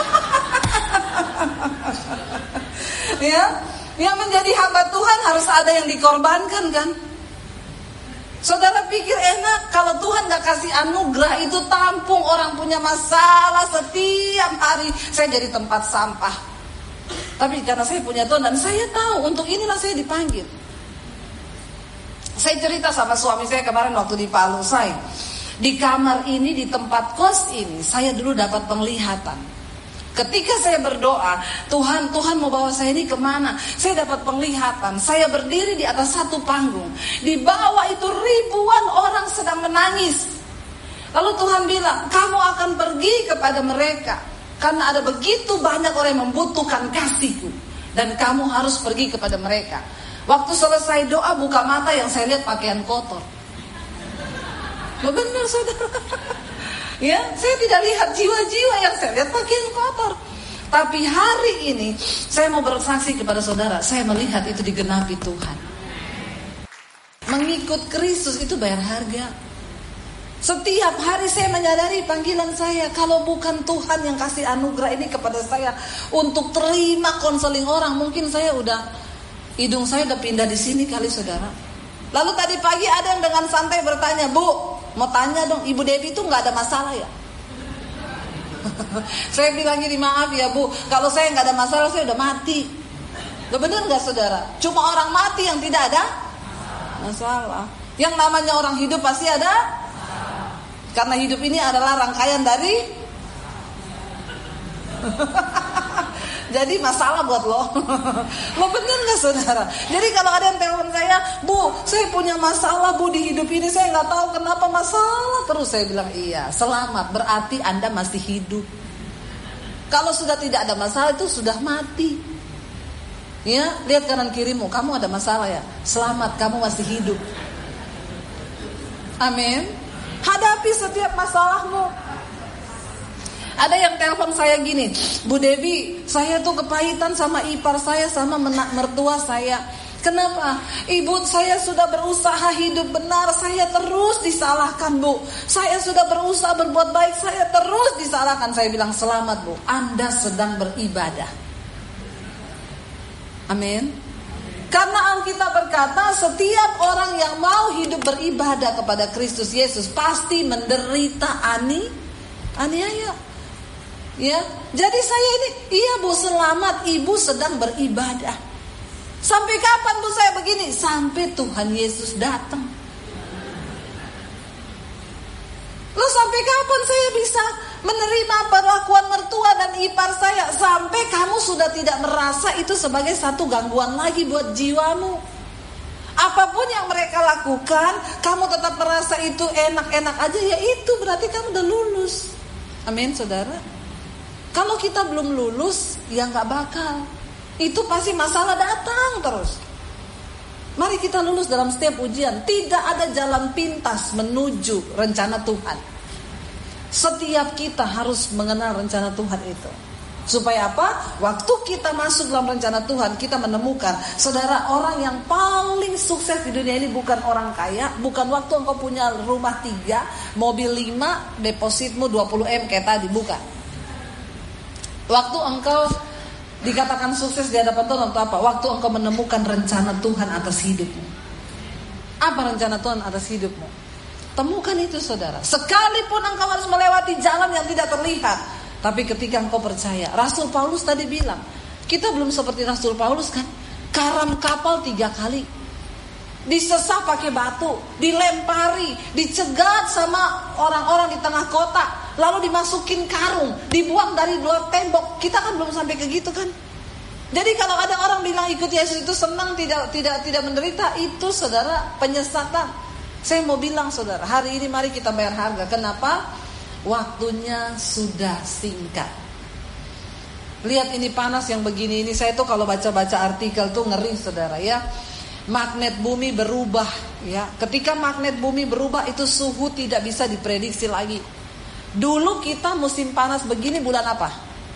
Ya, yang menjadi hamba Tuhan harus ada yang dikorbankan kan. Saudara pikir enak kalau Tuhan gak kasih anugerah itu tampung orang punya masalah setiap hari. Saya jadi tempat sampah. Tapi karena saya punya Tuhan dan saya tahu untuk inilah saya dipanggil. Saya cerita sama suami saya kemarin waktu di Palu, saya di kamar ini, di tempat kos ini, saya dulu dapat penglihatan. Ketika saya berdoa, Tuhan, Tuhan mau bawa saya ini kemana? Saya dapat penglihatan. Saya berdiri di atas satu panggung. Di bawah itu ribuan orang sedang menangis. Lalu Tuhan bilang, kamu akan pergi kepada mereka. Karena ada begitu banyak orang yang membutuhkan kasih-Ku. Dan kamu harus pergi kepada mereka. Waktu selesai doa, buka mata yang saya lihat pakaian kotor. Benar saudara. Ya, saya tidak lihat jiwa-jiwa yang saya lihat pakaian kotor. Tapi hari ini saya mau bersaksi kepada saudara, saya melihat itu digenapi Tuhan. Mengikut Kristus itu bayar harga. Setiap hari saya menyadari panggilan saya. Kalau bukan Tuhan yang kasih anugerah ini kepada saya untuk terima konseling orang, mungkin saya udah, hidung saya udah pindah di sini kali saudara. Lalu tadi pagi ada yang dengan santai bertanya, "Bu, mau tanya dong, Ibu Devi itu nggak ada masalah ya?" Saya bilang gini, "Maaf ya Bu, kalau saya nggak ada masalah, saya udah mati." Gak benar nggak saudara? Cuma orang mati yang tidak ada masalah. Yang namanya orang hidup pasti ada. Karena hidup ini adalah rangkaian dari jadi masalah buat lo. Lo bener gak saudara? Jadi kalau ada yang telepon saya, "Bu, saya punya masalah Bu di hidup ini, saya gak tahu kenapa masalah terus." Saya bilang, "Iya, selamat, berarti Anda masih hidup." Kalau sudah tidak ada masalah itu sudah mati. Ya, lihat kanan kirimu, kamu ada masalah ya? Selamat, kamu masih hidup. Amin. Hadapi setiap masalahmu. Ada yang telepon saya gini, "Bu Devi, saya tuh kepahitan sama ipar saya, sama menak mertua saya. Kenapa? Ibu saya sudah berusaha hidup benar, saya terus disalahkan Bu. Saya sudah berusaha berbuat baik, saya terus disalahkan." Saya bilang, "Selamat Bu, Anda sedang beribadah." Amin. Karena Alkitab berkata setiap orang yang mau hidup beribadah kepada Kristus Yesus pasti menderita ani, aniaya. Ya, jadi saya ini, "Iya Bu, selamat, Ibu sedang beribadah." Sampai kapan Bu saya begini? Sampai Tuhan Yesus datang. Loh, sampai kapan saya bisa menerima perlakuan mertua dan ipar saya? Sampai kamu sudah tidak merasa itu sebagai satu gangguan lagi buat jiwamu. Apapun yang mereka lakukan, kamu tetap merasa itu enak-enak aja, ya itu berarti kamu udah lulus. Amin saudara. Kalau kita belum lulus, ya gak bakal. Itu pasti masalah datang terus. Mari kita lulus dalam setiap ujian. Tidak ada jalan pintas menuju rencana Tuhan. Setiap kita harus mengenal rencana Tuhan itu. Supaya apa? Waktu kita masuk dalam rencana Tuhan, kita menemukan, saudara, orang yang paling sukses di dunia ini bukan orang kaya. Bukan waktu engkau punya rumah tiga, mobil lima, depositmu dua puluh M kayak tadi. Bukan. Waktu engkau dikatakan sukses di hadapan Tuhan untuk apa? Waktu engkau menemukan rencana Tuhan atas hidupmu. Apa rencana Tuhan atas hidupmu? Temukan itu saudara. Sekalipun engkau harus melewati jalan yang tidak terlihat, tapi ketika engkau percaya, Rasul Paulus tadi bilang, kita belum seperti Rasul Paulus kan? Karam kapal tiga kali, disesah pakai batu, dilempari, dicegat sama orang-orang di tengah kota, lalu dimasukin karung, dibuang dari luar tembok. Kita kan belum sampai ke gitu kan? Jadi kalau ada orang bilang ikut Yesus itu senang, tidak tidak tidak menderita, itu saudara penyesatan. Saya mau bilang saudara, hari ini mari kita bayar harga. Kenapa? Waktunya sudah singkat. Lihat ini panas yang begini ini, saya tuh kalau baca-baca artikel tuh ngeri saudara ya. Magnet bumi berubah ya. Ketika magnet bumi berubah, itu suhu tidak bisa diprediksi lagi. Dulu kita musim panas begini bulan apa?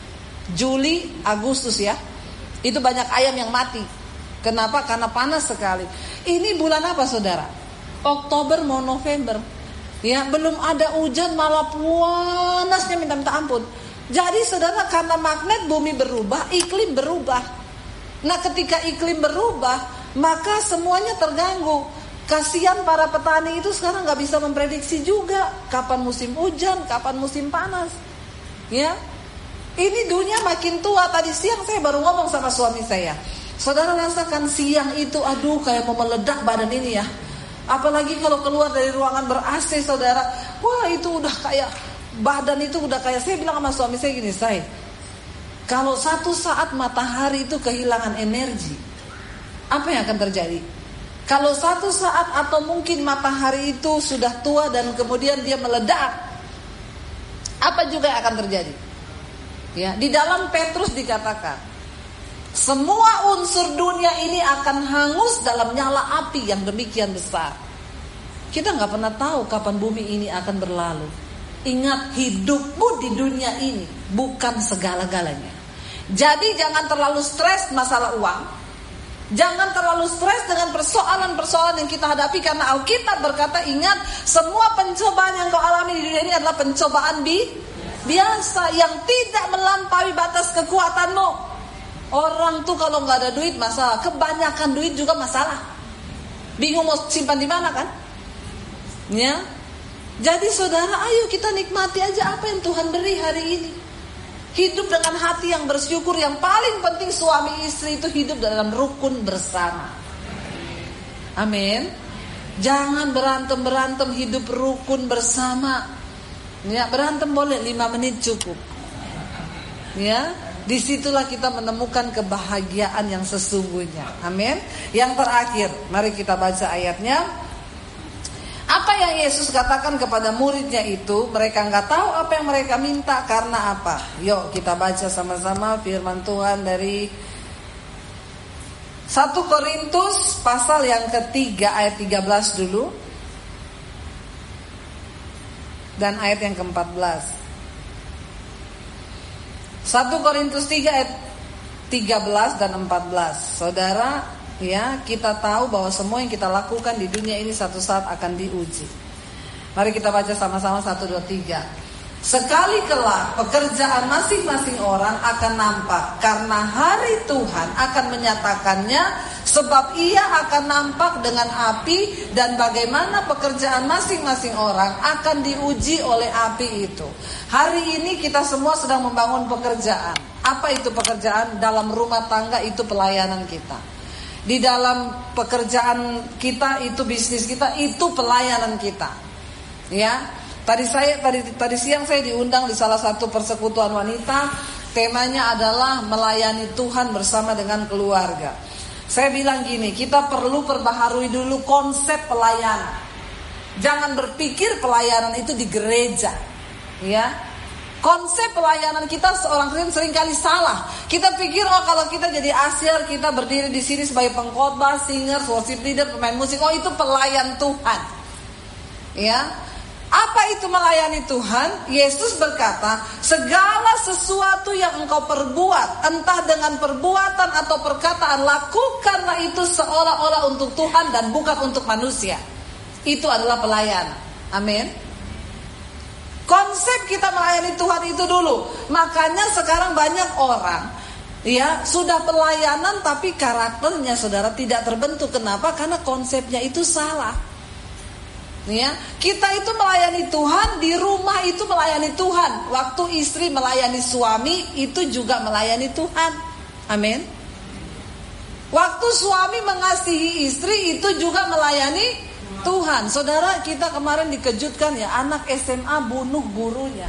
Juli, Agustus ya. Itu banyak ayam yang mati. Kenapa? Karena panas sekali. Ini bulan apa saudara? Oktober mau November. Ya, belum ada hujan malah panasnya minta-minta ampun. Jadi saudara, karena magnet bumi berubah, iklim berubah. Nah, ketika iklim berubah, maka semuanya terganggu. Kasihan para petani itu sekarang gak bisa memprediksi juga kapan musim hujan, kapan musim panas. Ya, ini dunia makin tua. Tadi siang saya baru ngomong sama suami saya, saudara rasakan siang itu, aduh kayak mau meledak badan ini ya. Apalagi kalau keluar dari ruangan ber-A C saudara, wah itu udah kayak, badan itu udah kayak, saya bilang sama suami saya gini, saya, kalau satu saat matahari itu kehilangan energi, apa yang akan terjadi? Kalau satu saat atau mungkin matahari itu sudah tua dan kemudian dia meledak, apa juga yang akan terjadi? Ya, di dalam Petrus dikatakan, semua unsur dunia ini akan hangus dalam nyala api yang demikian besar. Kita gak pernah tahu kapan bumi ini akan berlalu. Ingat, hidupmu di dunia ini bukan segala-galanya. Jadi jangan terlalu stres masalah uang. Jangan terlalu stres dengan persoalan-persoalan yang kita hadapi, karena Alkitab berkata, ingat, semua pencobaan yang kau alami di dunia ini adalah pencobaan bi biasa yang tidak melampaui batas kekuatanmu. Orang tuh kalau nggak ada duit masalah, kebanyakan duit juga masalah. Bingung mau simpan di mana kan? Ya. Jadi saudara, ayo kita nikmati aja apa yang Tuhan beri hari ini. Hidup dengan hati yang bersyukur. Yang paling penting suami istri itu hidup dalam rukun bersama. Amin. Jangan berantem-berantem, hidup rukun bersama. Ya, berantem boleh lima menit cukup. Ya, disitulah kita menemukan kebahagiaan yang sesungguhnya. Amin. Yang terakhir, mari kita baca ayatnya. Apa yang Yesus katakan kepada muridnya itu, mereka nggak tahu apa yang mereka minta karena apa. Yuk kita baca sama-sama firman Tuhan dari satu Korintus pasal yang ketiga ayat tiga belas dulu. Dan ayat yang keempat belas. satu Korintus tiga ayat tiga belas dan empat belas. Saudara, ya, kita tahu bahwa semua yang kita lakukan di dunia ini satu saat akan diuji. Mari kita baca sama-sama satu, dua, tiga. Sekali kelak pekerjaan masing-masing orang akan nampak, karena hari Tuhan akan menyatakannya, sebab ia akan nampak dengan api, dan bagaimana pekerjaan masing-masing orang akan diuji oleh api itu. Hari ini kita semua sedang membangun pekerjaan. Apa itu pekerjaan? Dalam rumah tangga itu pelayanan kita. Di dalam pekerjaan kita itu, bisnis kita itu pelayanan kita. Ya, tadi saya tadi tadi siang saya diundang di salah satu persekutuan wanita. Temanya adalah melayani Tuhan bersama dengan keluarga. Saya bilang gini, kita perlu perbaharui dulu konsep pelayanan. Jangan berpikir pelayanan itu di gereja. Ya, konsep pelayanan kita seorang Kristen seringkali salah. Kita pikir, oh kalau kita jadi asyir, kita berdiri di sini sebagai pengkhotbah, singer, worship leader, pemain musik, oh itu pelayan Tuhan. Ya, apa itu melayani Tuhan? Yesus berkata, segala sesuatu yang engkau perbuat, entah dengan perbuatan atau perkataan, lakukanlah itu seolah-olah untuk Tuhan dan bukan untuk manusia. Itu adalah pelayanan. Amin. Konsep kita melayani Tuhan itu dulu. Makanya sekarang banyak orang, ya, sudah pelayanan tapi karakternya saudara tidak terbentuk. Kenapa? Karena konsepnya itu salah. Ya, kita itu melayani Tuhan, di rumah itu melayani Tuhan. Waktu istri melayani suami itu juga melayani Tuhan. Amin. Waktu suami mengasihi istri itu juga melayani Tuhan. Saudara, kita kemarin dikejutkan ya, anak S M A bunuh gurunya.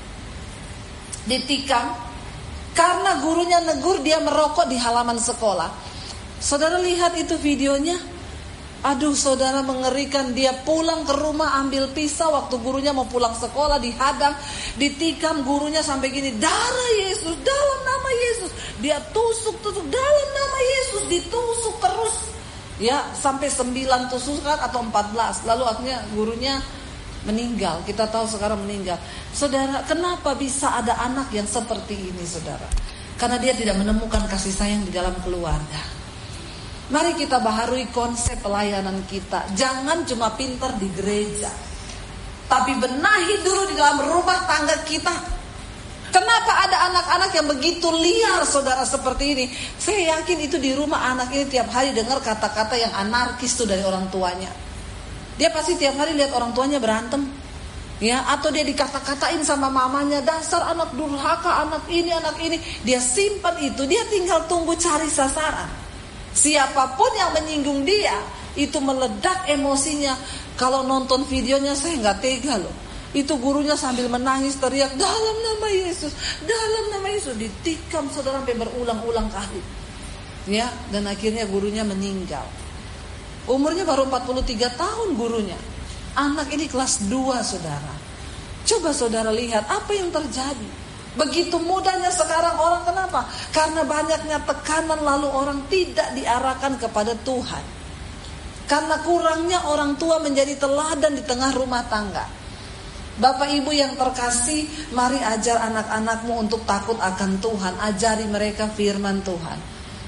Ditikam karena gurunya negur dia merokok di halaman sekolah. Saudara lihat itu videonya. Aduh saudara, mengerikan. Dia pulang ke rumah ambil pisau, waktu gurunya mau pulang sekolah dihadang, ditikam gurunya sampai gini, darah Yesus, dalam nama Yesus. Dia tusuk-tusuk, dalam nama Yesus, ditusuk terus. Ya, sampai sembilan tusukan atau empat belas. Lalu akhirnya gurunya meninggal. Kita tahu sekarang meninggal. Saudara, kenapa bisa ada anak yang seperti ini saudara? Karena dia tidak menemukan kasih sayang di dalam keluarga. Mari kita baharui konsep pelayanan kita. Jangan cuma pintar di gereja, tapi benahi dulu di dalam rumah tangga kita. Kenapa ada anak-anak yang begitu liar saudara seperti ini? Saya yakin itu di rumah anak ini tiap hari dengar kata-kata yang anarkis tuh dari orang tuanya. Dia pasti tiap hari lihat orang tuanya berantem, ya, atau dia dikata-katain sama mamanya, dasar anak durhaka, anak ini, anak ini. Dia simpan itu, dia tinggal tunggu cari sasaran. Siapapun yang menyinggung dia, itu meledak emosinya. Kalau nonton videonya saya nggak tega loh. Itu gurunya sambil menangis teriak, dalam nama Yesus, dalam nama Yesus. Ditikam saudara sampai berulang-ulang kali. Ya, dan akhirnya gurunya meninggal. Umurnya baru empat puluh tiga tahun gurunya. Anak ini kelas dua saudara. Coba saudara lihat apa yang terjadi. Begitu mudahnya sekarang orang, kenapa? Karena banyaknya tekanan, lalu orang tidak diarahkan kepada Tuhan. Karena kurangnya orang tua menjadi teladan di tengah rumah tangga. Bapak ibu yang terkasih, mari ajar anak-anakmu untuk takut akan Tuhan. Ajari mereka firman Tuhan.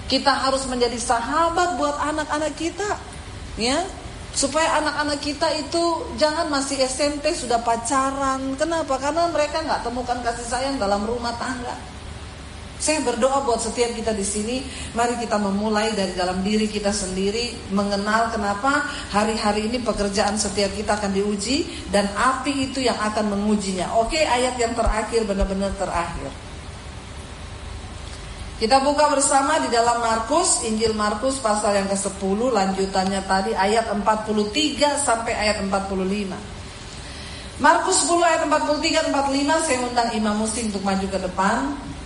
Kita harus menjadi sahabat buat anak-anak kita, ya, supaya anak-anak kita itu jangan masih S M P sudah pacaran. Kenapa? Karena mereka nggak temukan kasih sayang dalam rumah tangga. Saya berdoa buat setiap kita di sini, mari kita memulai dari dalam diri kita sendiri, mengenal kenapa hari-hari ini pekerjaan setiap kita akan diuji, dan api itu yang akan mengujinya. Oke, ayat yang terakhir, benar-benar terakhir. Kita buka bersama di dalam Markus, Injil Markus pasal yang kesepuluh, lanjutannya tadi ayat empat puluh tiga sampai ayat empat puluh lima. Markus sepuluh ayat empat puluh tiga empat puluh lima, saya undang Imam Musi untuk maju ke depan.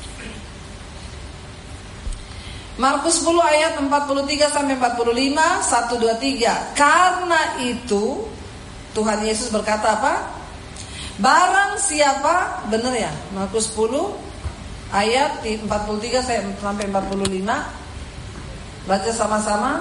Markus sepuluh ayat empat puluh tiga sampai empat puluh lima, satu dua tiga. Karena itu Tuhan Yesus berkata apa? Barang siapa, benar ya? Markus sepuluh ayat empat puluh tiga sampai empat puluh lima. Baca sama-sama.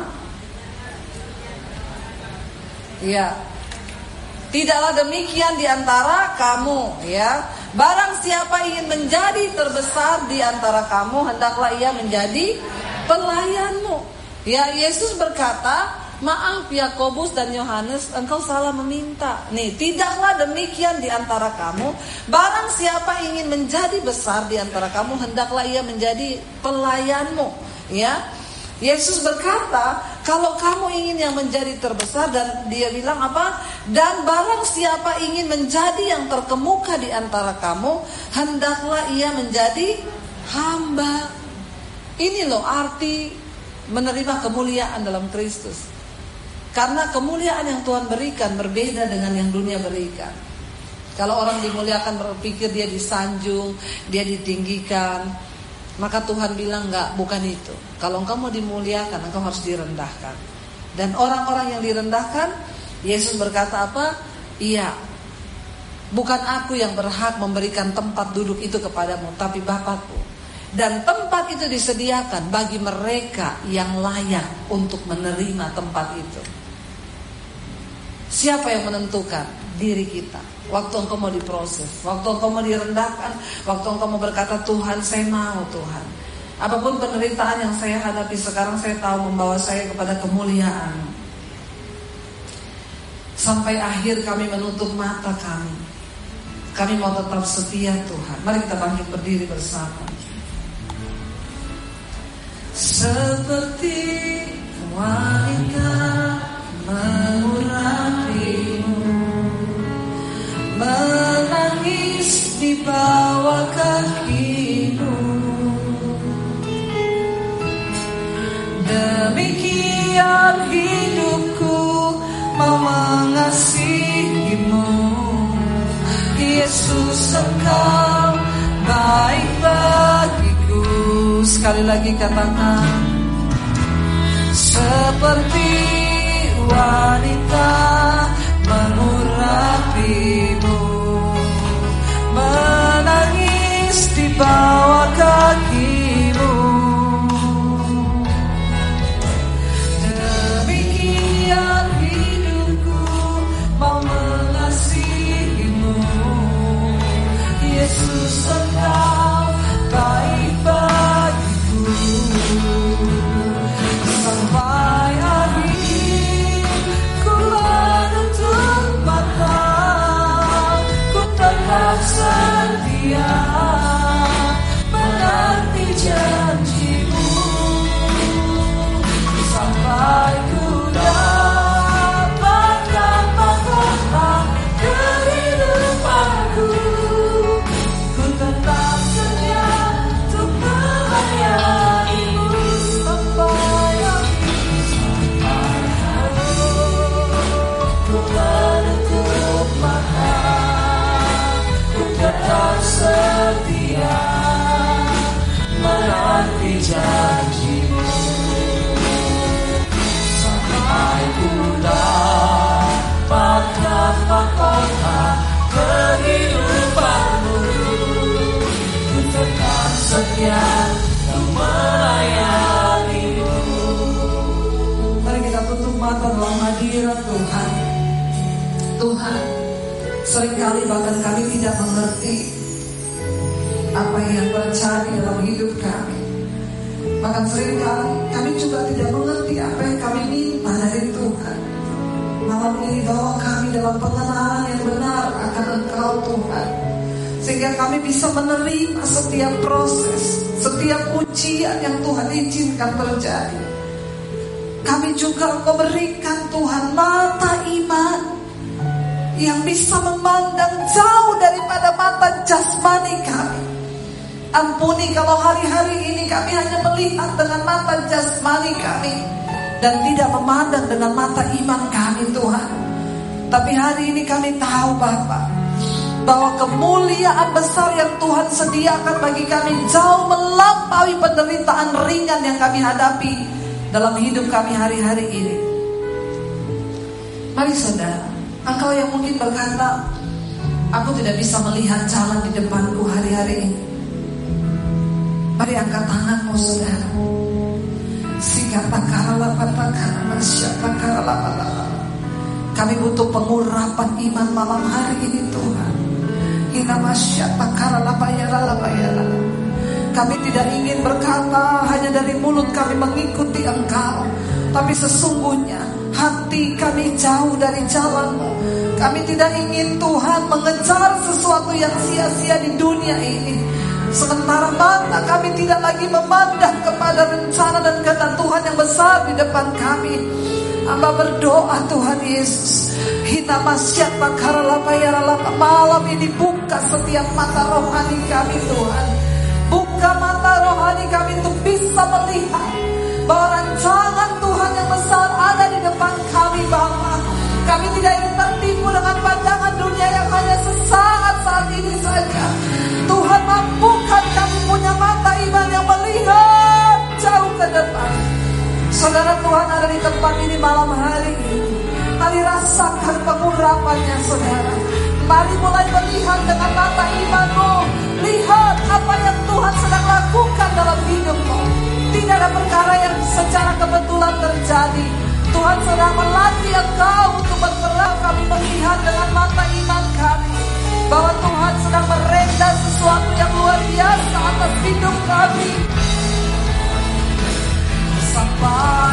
Ya. Tidaklah demikian di antara kamu, ya. Barang siapa ingin menjadi terbesar di antara kamu, hendaklah ia menjadi pelayanmu. Ya, Yesus berkata, maaf Yakobus dan Yohanes, engkau salah meminta. Nih, tidaklah demikian di antara kamu. Barang siapa ingin menjadi besar di antara kamu, hendaklah ia menjadi pelayanmu. Ya, Yesus berkata, kalau kamu ingin yang menjadi terbesar, dan dia bilang apa? Dan barang siapa ingin menjadi yang terkemuka di antara kamu, hendaklah ia menjadi hamba. Ini loh arti menerima kemuliaan dalam Kristus. Karena kemuliaan yang Tuhan berikan berbeda dengan yang dunia berikan. Kalau orang dimuliakan berpikir dia disanjung, dia ditinggikan. Maka Tuhan bilang enggak, bukan itu. Kalau engkau mau dimuliakan, engkau harus direndahkan. Dan orang-orang yang direndahkan, Yesus berkata apa? Iya, bukan aku yang berhak memberikan tempat duduk itu kepadamu, tapi Bapakku. Dan tempat itu disediakan bagi mereka yang layak untuk menerima tempat itu. Siapa yang menentukan? Diri kita. Waktu engkau mau diproses, waktu engkau mau direndahkan, waktu engkau mau berkata, Tuhan saya mau Tuhan. Apapun penderitaan yang saya hadapi sekarang, saya tahu membawa saya kepada kemuliaan. Sampai akhir kami menutup mata kami. Kami mau tetap setia Tuhan. Mari kita bangkit berdiri bersama. Seperti wanita mengurapimu, menangis di bawah kakimu. Demikian hidupku mau mengasihimu. Yesus, engkau baik bagiku. Sekali lagi katakan, seperti wanita mengurapimu, menangis di bawah kakimu. Demikian hidupku mau mengasihimu. Yesus, engkau baik bagiku. Sampai akhir ku menutup mata, ku tetap setia menanti janjimu. Sampai ku dapatkan mahkota kehidupanku, ku tetap setia untuk melayanimu. Sampai akhir, ku menutup mata, ku tetap setia menanti janjimu. Sampai ku dapatkan mahkota kehidupanmu, ku tetap setia untuk melayanimu. Mari kita tutup mata dalam hadirat Tuhan. Tuhan, seringkali bahkan kami tidak mengerti apa yang terjadi dalam hidup kami. Bahkan seringkali kami juga tidak mengerti apa yang kami minta dari Tuhan. Malam ini bawa kami dalam pengenalan yang benar akan Engkau Tuhan, sehingga kami bisa menerima setiap proses, setiap ujian yang Tuhan izinkan terjadi. Kami juga Engkau berikan Tuhan mata iman yang bisa memandang jauh daripada mata jasmani kami. Ampuni kalau hari-hari ini kami hanya melihat dengan mata jasmani kami dan tidak memandang dengan mata iman kami Tuhan. Tapi hari ini kami tahu Bapa, bahwa kemuliaan besar yang Tuhan sediakan bagi kami jauh melampaui penderitaan ringan yang kami hadapi dalam hidup kami hari-hari ini. Mari saudara, engkau yang mungkin berkata, aku tidak bisa melihat jalan di depanku hari-hari ini. Mari angkat tanganmu saudara. Kami butuh pengurapan iman malam hari ini Tuhan. Kami tidak ingin berkata hanya dari mulut kami mengikuti Engkau, tapi sesungguhnya hati kami jauh dari jalan-Mu. Kami tidak ingin Tuhan mengejar sesuatu yang sia-sia di dunia ini, sementara mata kami tidak lagi memandang kepada rencana dan kehendak Tuhan yang besar di depan kami. Hamba berdoa Tuhan Yesus, malam ini buka setiap mata rohani kami Tuhan. Buka mata rohani kami untuk bisa melihat bahwa rancangan Tuhan yang besar ada di depan kami Bapa. Kami tidak ingin tertipu dengan pandangan dunia yang hanya sesaat saat ini saja. Tuhan, mampukan kami punya mata iman yang melihat jauh ke depan. Saudara Tuhan ada di tempat ini malam hari ini. Mari rasakan pengurapannya saudara. Mari mulai melihat dengan mata iman-Mu. Lihat apa yang Tuhan sedang lakukan dalam hidup-Mu. Tidak ada perkara yang secara kebetulan terjadi. Tuhan sedang melatih Engkau untuk bergerak. Kami melihat dengan mata iman kami bahwa Tuhan sedang merenda sesuatu yang luar biasa atas hidup kami. Sampai